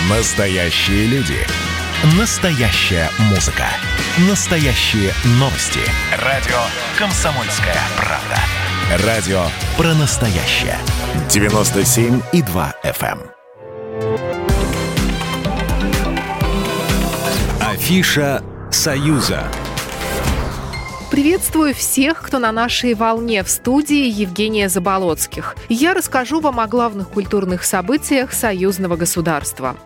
Настоящие люди. Настоящая музыка. Настоящие новости. Радио «Комсомольская правда». Радио про настоящее. 97,2 FM. Афиша «Союза». Приветствую всех, кто на нашей волне. В студии Евгения Заболоцких. Я расскажу вам о главных культурных событиях союзного государства.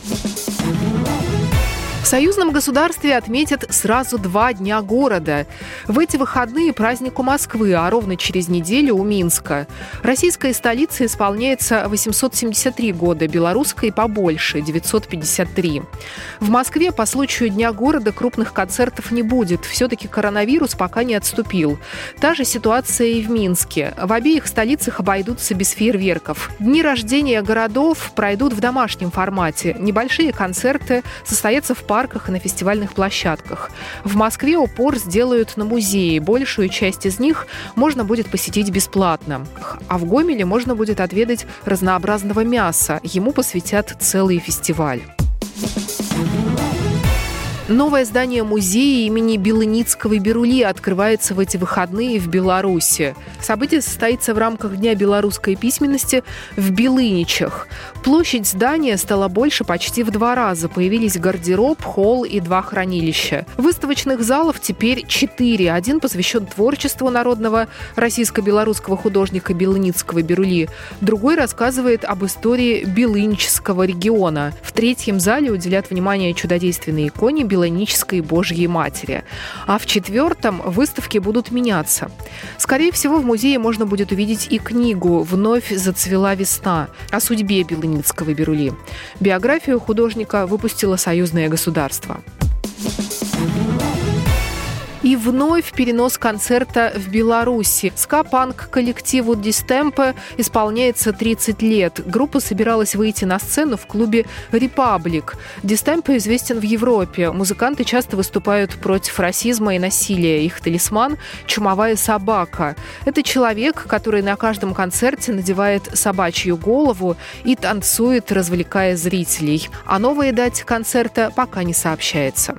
В союзном государстве отметят сразу 2 дня города. В эти выходные праздник у Москвы, а ровно через неделю у Минска. Российской столице исполняется 873 года, белорусской побольше – 953. В Москве по случаю Дня города крупных концертов не будет. Все-таки коронавирус пока не отступил. Та же ситуация и в Минске. В обеих столицах обойдутся без фейерверков. Дни рождения городов пройдут в домашнем формате. Небольшие концерты состоятся в парках и на фестивальных площадках. В Москве упор сделают на музеи. Большую часть из них можно будет посетить бесплатно. А в Гомеле можно будет отведать разнообразного мяса. Ему посвятят целый фестиваль. Новое здание музея имени Белыницкого и Бирули открывается в эти выходные в Беларуси. Событие состоится в рамках Дня белорусской письменности в Белыничах. Площадь здания стала больше почти в 2 раза. Появились гардероб, холл и 2 хранилища. Выставочных залов теперь 4. Один посвящен творчеству народного российско-белорусского художника Белыницкого и Бирули. Другой рассказывает об истории Белынического региона. В 3-м зале уделят внимание чудодейственной иконе Белынической Божьей Матери. А в 4-м выставки будут меняться. Скорее всего, в музее можно будет увидеть и книгу «Вновь зацвела весна» о судьбе Белыницкого и Бирули. Биографию художника выпустило союзное государство. И вновь перенос концерта в Беларуси. Ска-панк-коллективу «Дистемпе» исполняется 30 лет. Группа собиралась выйти на сцену в клубе «Репаблик». «Дистемпе» известен в Европе. Музыканты часто выступают против расизма и насилия. Их талисман – чумовая собака. Это человек, который на каждом концерте надевает собачью голову и танцует, развлекая зрителей. О новой дате концерта пока не сообщается.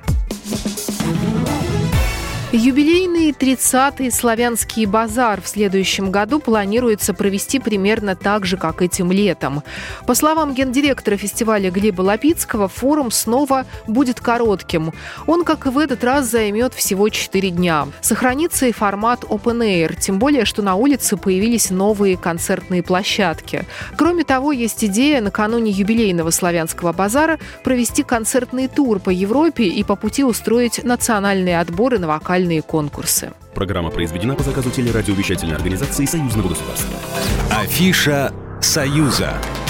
Юбилейный 30-й славянский базар в следующем году планируется провести примерно так же, как этим летом. По словам гендиректора фестиваля Глеба Лапицкого, форум снова будет коротким. Он, как и в этот раз, займет всего 4 дня. Сохранится и формат Open Air, тем более, что на улице появились новые концертные площадки. Кроме того, есть идея накануне юбилейного славянского базара провести концертный тур по Европе и по пути устроить национальные отборы на вокальные конкурсы. Программа произведена по заказу телерадиовещательной организации Союзного государства. Афиша «Союза».